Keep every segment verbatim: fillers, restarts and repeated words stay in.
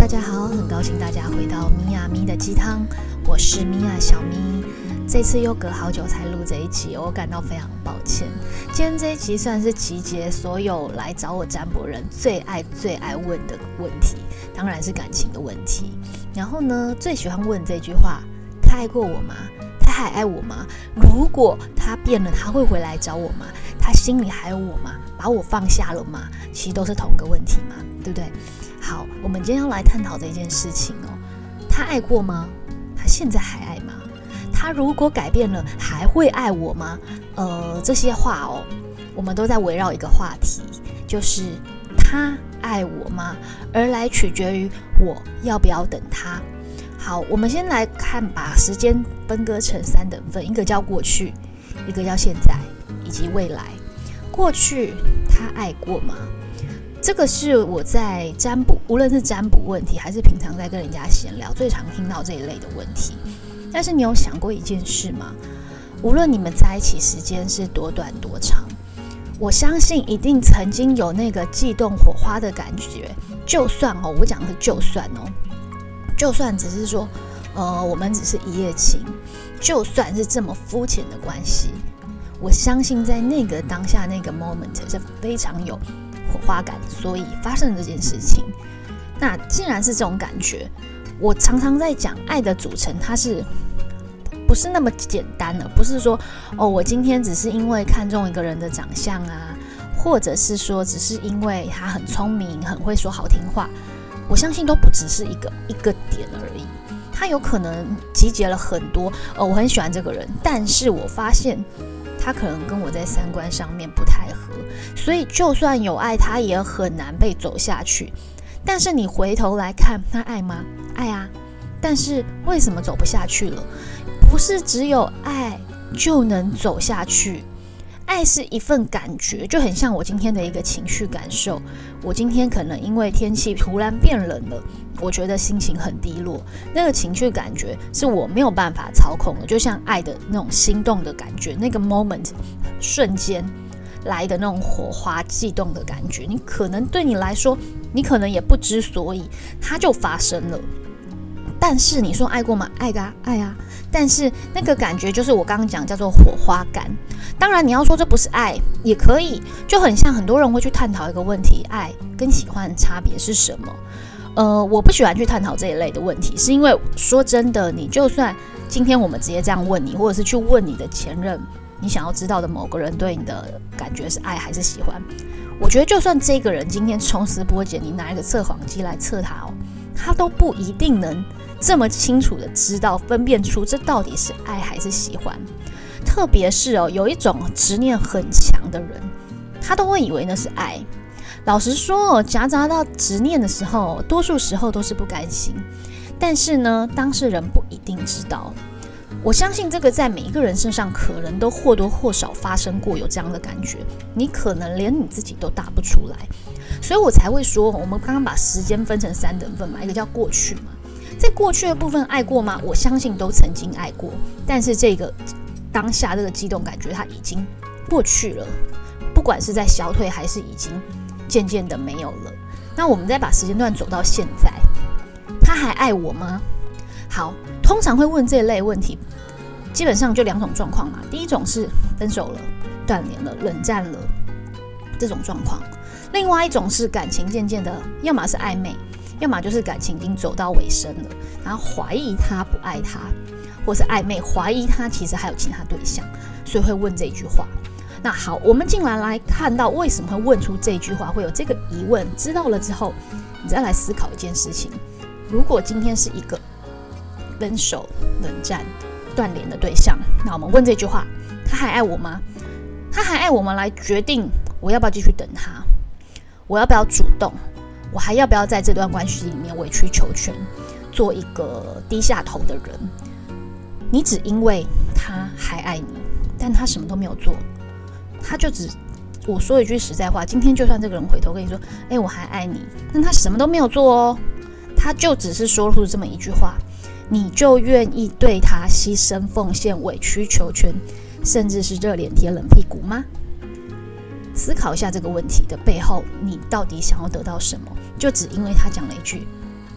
大家好，很高兴大家回到咪呀咪的鸡汤，我是咪呀小咪。这次又隔好久才录这一集，我感到非常抱歉。今天这一集算是集结所有来找我占卜人最爱最爱问的问题，当然是感情的问题。然后呢，最喜欢问这句话：他爱过我吗？他还爱我吗？如果他变了，他会回来找我吗？他心里还有我吗？把我放下了吗？其实都是同一个问题嘛，对不对？好，我们今天要来探讨这件事情哦。他爱过吗？他现在还爱吗？他如果改变了，还会爱我吗？呃，这些话哦，我们都在围绕一个话题，就是他爱我吗？而来取决于我要不要等他。好，我们先来看，把时间分割成三等份，一个叫过去，一个叫现在，以及未来。过去他爱过吗？这个是我在占卜，无论是占卜问题，还是平常在跟人家闲聊，最常听到这一类的问题。但是你有想过一件事吗？无论你们在一起时间是多短多长，我相信一定曾经有那个悸动火花的感觉。就算哦，我讲的是就算哦，就算只是说，呃，我们只是一夜情，就算是这么肤浅的关系，我相信在那个当下那个 moment 是非常有火花感，所以发生了这件事情。那既然是这种感觉，我常常在讲爱的组成，它是不是那么简单的？不是说哦，我今天只是因为看中一个人的长相啊，或者是说只是因为他很聪明、很会说好听话。我相信都不只是一个一个点而已，他有可能集结了很多。哦，我很喜欢这个人，但是我发现他可能跟我在三观上面不太合，所以就算有爱，他也很难被走下去。但是你回头来看，他爱吗？爱啊，但是为什么走不下去了？不是只有爱就能走下去，爱是一份感觉，就很像我今天的一个情绪感受。我今天可能因为天气突然变冷了，我觉得心情很低落，那个情绪感觉是我没有办法操控的，就像爱的那种心动的感觉，那个 moment 瞬间来的那种火花悸动的感觉，你可能对你来说，你可能也不知所以，它就发生了。但是你说爱过吗？爱啊，爱啊。但是那个感觉就是我刚刚讲叫做火花感。当然你要说这不是爱也可以，就很像很多人会去探讨一个问题：爱跟喜欢的差别是什么？呃，我不喜欢去探讨这一类的问题，是因为说真的，你就算今天我们直接这样问你，或者是去问你的前任，你想要知道的某个人对你的感觉是爱还是喜欢，我觉得就算这个人今天抽丝剥茧，你拿一个测谎机来测他哦，他都不一定能这么清楚的知道分辨出这到底是爱还是喜欢。特别是哦，有一种执念很强的人，他都会以为那是爱。老实说哦，夹杂到执念的时候，多数时候都是不甘心。但是呢，当事人不一定知道。我相信这个在每一个人身上可能都或多或少发生过，有这样的感觉，你可能连你自己都答不出来。所以我才会说，我们刚刚把时间分成三等份嘛，一个叫过去嘛，在过去的部分爱过吗？我相信都曾经爱过，但是这个当下这个激动感觉它已经过去了，不管是在消退还是已经渐渐的没有了。那我们再把时间段走到现在，他还爱我吗？好，通常会问这类问题，基本上就两种状况嘛。第一种是分手了、断联了、冷战了这种状况，另外一种是感情渐渐的，要么是暧昧，要么就是感情已经走到尾声了，然后怀疑他不爱他，或是暧昧怀疑他其实还有其他对象，所以会问这句话。那好，我们进来来看到为什么会问出这句话，会有这个疑问，知道了之后，你再来思考一件事情：如果今天是一个分手、冷战、断联的对象，那我们问这句话：他还爱我吗？他还爱我吗？来决定我要不要继续等他，我要不要主动，我还要不要在这段关系里面委曲求全，做一个低下头的人。你只因为他还爱你，但他什么都没有做，他就只，我说一句实在话，今天就算这个人回头跟你说，哎，我还爱你，但他什么都没有做哦，他就只是说出这么一句话，你就愿意对他牺牲奉献、委曲求全，甚至是热脸贴冷屁股吗？思考一下这个问题的背后，你到底想要得到什么？就只因为他讲了一句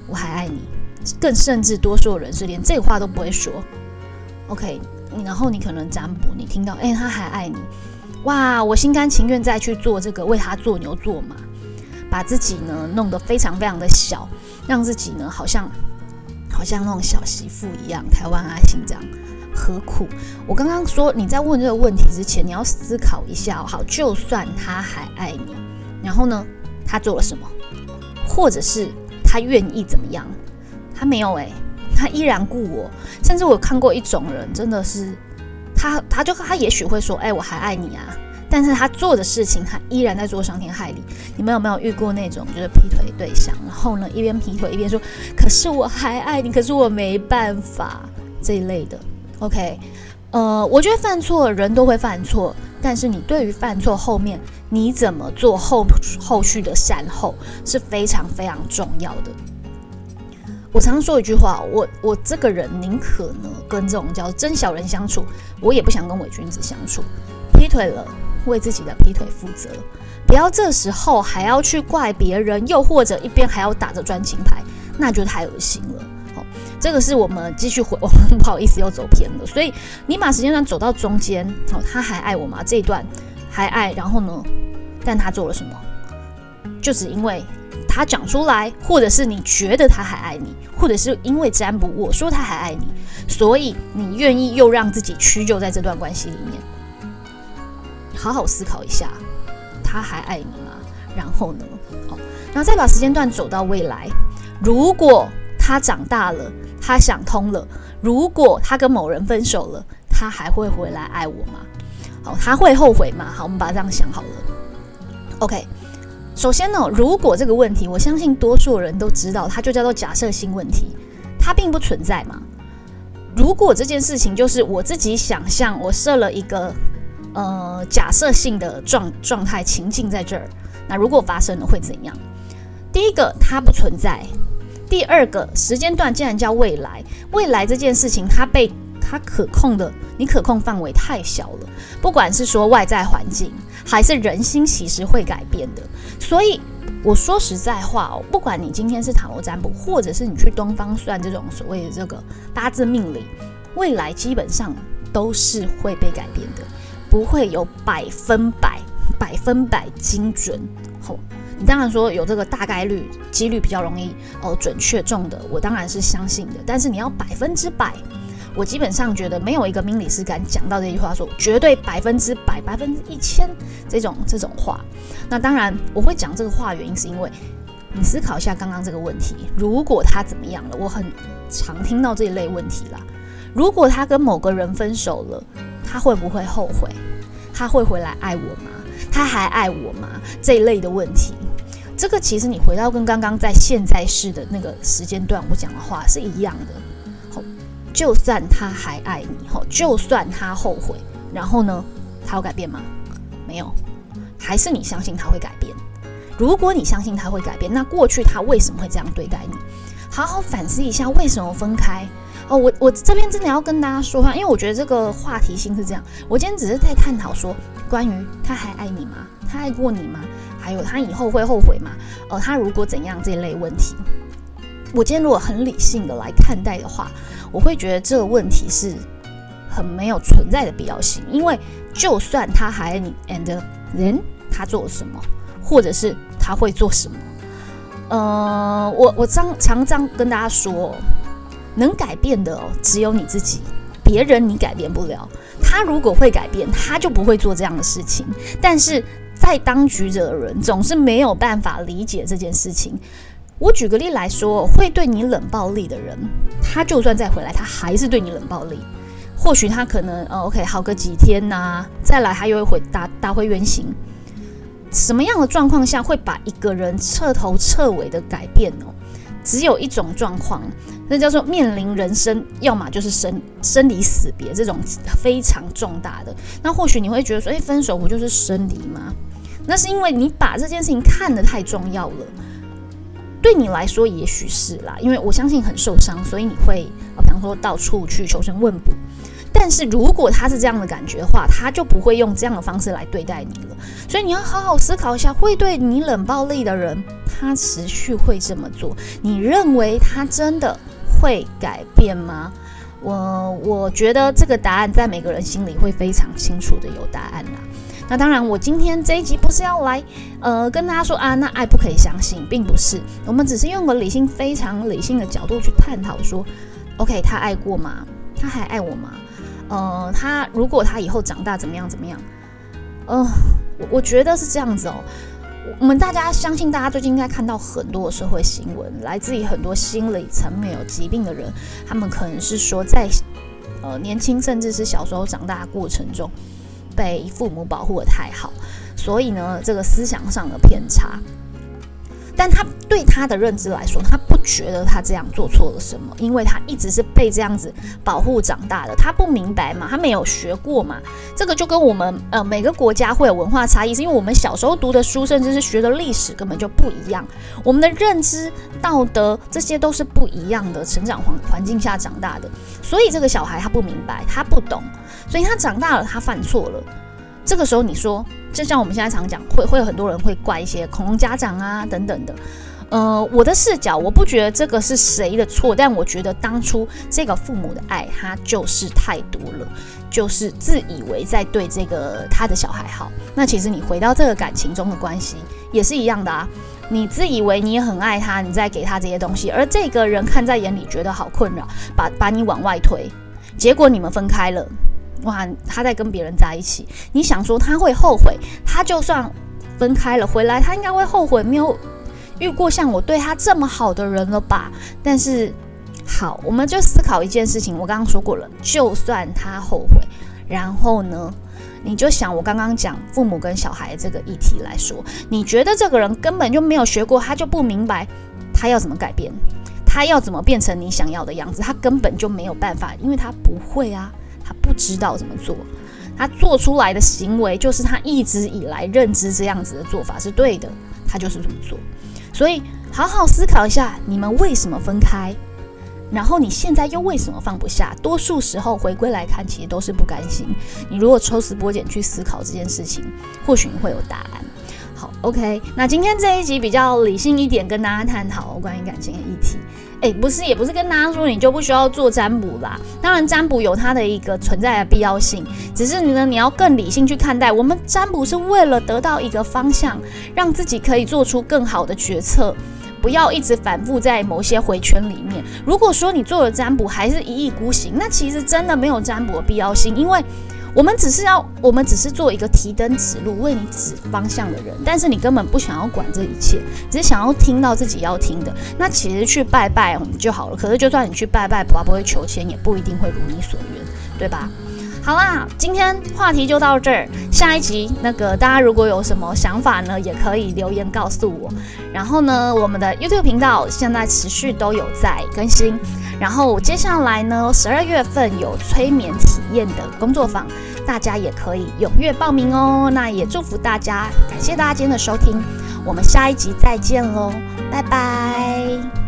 我还爱你，更甚至多数人是连这话都不会说。OK， 然后你可能占卜，你听到哎、欸、他还爱你，哇，我心甘情愿再去做这个，为他做牛做马，把自己呢弄得非常非常的小，让自己呢好像好像那种小媳妇一样，台湾阿信这样。何苦？我刚刚说你在问这个问题之前，你要思考一下。好，就算他还爱你，然后呢，他做了什么，或者是他愿意怎么样？他没有哎、欸，他依然顾我。甚至我有看过一种人，真的是他，他就他也许会说，哎、欸，我还爱你啊，但是他做的事情，他依然在做伤天害理。你们有没有遇过那种就是劈腿对象，然后呢一边劈腿一边说，可是我还爱你，可是我没办法这一类的。OK， 呃，我觉得犯错人都会犯错，但是你对于犯错后面你怎么做后后续的善后是非常非常重要的。我常常说一句话，我我这个人宁可呢跟这种叫真小人相处，我也不想跟伪君子相处。劈腿了，为自己的劈腿负责，不要这时候还要去怪别人，又或者一边还要打着专情牌，那就太恶心了。这个是我们继续回，我们不好意思又走偏了，所以你把时间段走到中间，哦，他还爱我吗？这一段还爱，然后呢？但他做了什么？就只因为他讲出来，或者是你觉得他还爱你，或者是因为占卜我说他还爱你，所以你愿意又让自己屈就在这段关系里面。好好思考一下，他还爱你吗？然后呢？哦，然后再把时间段走到未来，如果他长大了。他想通了，如果他跟某人分手了，他还会回来爱我吗？好，他会后悔吗？好，我们把它这样想好了。OK， 首先呢，如果这个问题，我相信多数人都知道，它就叫做假设性问题，它并不存在嘛。如果这件事情就是我自己想象，我设了一个呃假设性的状状态情境在这儿，那如果发生了会怎样？第一个，它不存在。第二个时间段既然叫未来，未来这件事情它被它可控的，你可控范围太小了，不管是说外在环境还是人心，其实会改变的。所以我说实在话哦，不管你今天是塔罗占卜，或者是你去东方算这种所谓的这个八字命理，未来基本上都是会被改变的，不会有百分百百分百精准。哦，你当然说有这个大概率几率比较容易哦准确中的，我当然是相信的。但是你要百分之百，我基本上觉得没有一个命理师敢讲到这句话说绝对百分之百百分之一千这种这种话。那当然我会讲这个话的原因是因为你思考一下刚刚这个问题，如果他怎么样了，我很常听到这一类问题啦。如果他跟某个人分手了，他会不会后悔？他会回来爱我吗？他还爱我吗？这一类的问题，这个其实你回到跟刚刚在现在式的那个时间段我讲的话是一样的。就算他还爱你，就算他后悔，然后呢，他有改变吗？没有，还是你相信他会改变？如果你相信他会改变，那过去他为什么会这样对待你？好好反思一下，为什么分开？哦，我我这边真的要跟大家说话，因为我觉得这个话题性是这样。我今天只是在探讨说，关于他还爱你吗？他爱过你吗？还有他以后会后悔吗？呃，他如果怎样这一类问题，我今天如果很理性的来看待的话，我会觉得这个问题是很没有存在的必要性。因为就算他还爱你 ，and then 他做了什么，或者是他会做什么，呃，我我常常这样跟大家说。能改变的、哦、只有你自己，别人你改变不了。他如果会改变，他就不会做这样的事情。但是在当局者的人总是没有办法理解这件事情。我举个例来说，会对你冷暴力的人，他就算再回来，他还是对你冷暴力。或许他可能、呃、OK 好个几天啊，再来他又会打打回原形。什么样的状况下会把一个人彻头彻尾的改变呢？只有一种状况，那叫做面临人生，要么就是 生, 生离死别这种非常重大的。那或许你会觉得说，哎，分手不就是生离吗？那是因为你把这件事情看得太重要了。对你来说也许是啦，因为我相信很受伤，所以你会比方说到处去求神问卜。但但是如果他是这样的感觉的话，他就不会用这样的方式来对待你了。所以你要好好思考一下，会对你冷暴力的人，他持续会这么做，你认为他真的会改变吗？我我觉得这个答案在每个人心里会非常清楚的有答案啦。那当然，我今天这一集不是要来呃跟大家说啊，那爱不可以相信，并不是，我们只是用个理性、非常理性的角度去探讨说 ，OK， 他爱过吗？他还爱我吗？呃，他如果他以后长大怎么样怎么样？呃，我我觉得是这样子哦。我们大家相信，大家最近应该看到很多的社会新闻，来自于很多心理层面有疾病的人，他们可能是说在呃年轻甚至是小时候长大的过程中，被父母保护得太好，所以呢，这个思想上的偏差。但他对他的认知来说，他不觉得他这样做错了什么，因为他一直是被这样子保护长大的，他不明白嘛，他没有学过嘛。这个就跟我们呃每个国家会有文化差异，是因为我们小时候读的书，甚至是学的历史根本就不一样，我们的认知、道德这些都是不一样的，成长环环境下长大的，所以这个小孩他不明白，他不懂，所以他长大了，他犯错了。这个时候你说，就像我们现在常讲，会会有很多人会怪一些恐龙家长啊等等的。呃，我的视角，我不觉得这个是谁的错，但我觉得当初这个父母的爱，他就是太多了，就是自以为在对这个他的小孩好。那其实你回到这个感情中的关系也是一样的啊，你自以为你也很爱他，你在给他这些东西，而这个人看在眼里觉得好困扰，把把你往外推，结果你们分开了。哇，他在跟别人在一起，你想说他会后悔？他就算分开了回来，他应该会后悔没有遇过像我对他这么好的人了吧？但是好，我们就思考一件事情，我刚刚说过了，就算他后悔，然后呢，你就想我刚刚讲父母跟小孩这个议题来说，你觉得这个人根本就没有学过，他就不明白他要怎么改变，他要怎么变成你想要的样子，他根本就没有办法，因为他不会啊。他不知道怎么做，他做出来的行为就是他一直以来认知这样子的做法是对的，他就是这么做。所以好好思考一下，你们为什么分开，然后你现在又为什么放不下？多数时候回归来看，其实都是不甘心。你如果抽丝剥茧去思考这件事情，或许你会有答案。好 ，OK， 那今天这一集比较理性一点，跟大家探讨关于感情的议题。哎，不是，也不是跟大家说你就不需要做占卜啦。当然，占卜有它的一个存在的必要性，只是呢，你要更理性去看待。我们占卜是为了得到一个方向，让自己可以做出更好的决策，不要一直反复在某些回圈里面。如果说你做了占卜还是一意孤行，那其实真的没有占卜的必要性，因为我们只是要，我们只是做一个提灯指路、为你指方向的人，但是你根本不想要管这一切，只是想要听到自己要听的。那其实去拜拜就好了。可是就算你去拜拜，不会求签，也不一定会如你所愿，对吧？好啦，今天话题就到这儿。下一集那个大家如果有什么想法呢，也可以留言告诉我。然后呢，我们的 YouTube 频道现在持续都有在更新。然后接下来呢，十二月份有催眠体验的工作坊，大家也可以踊跃报名哦。那也祝福大家，感谢大家今天的收听，我们下一集再见喽，拜拜。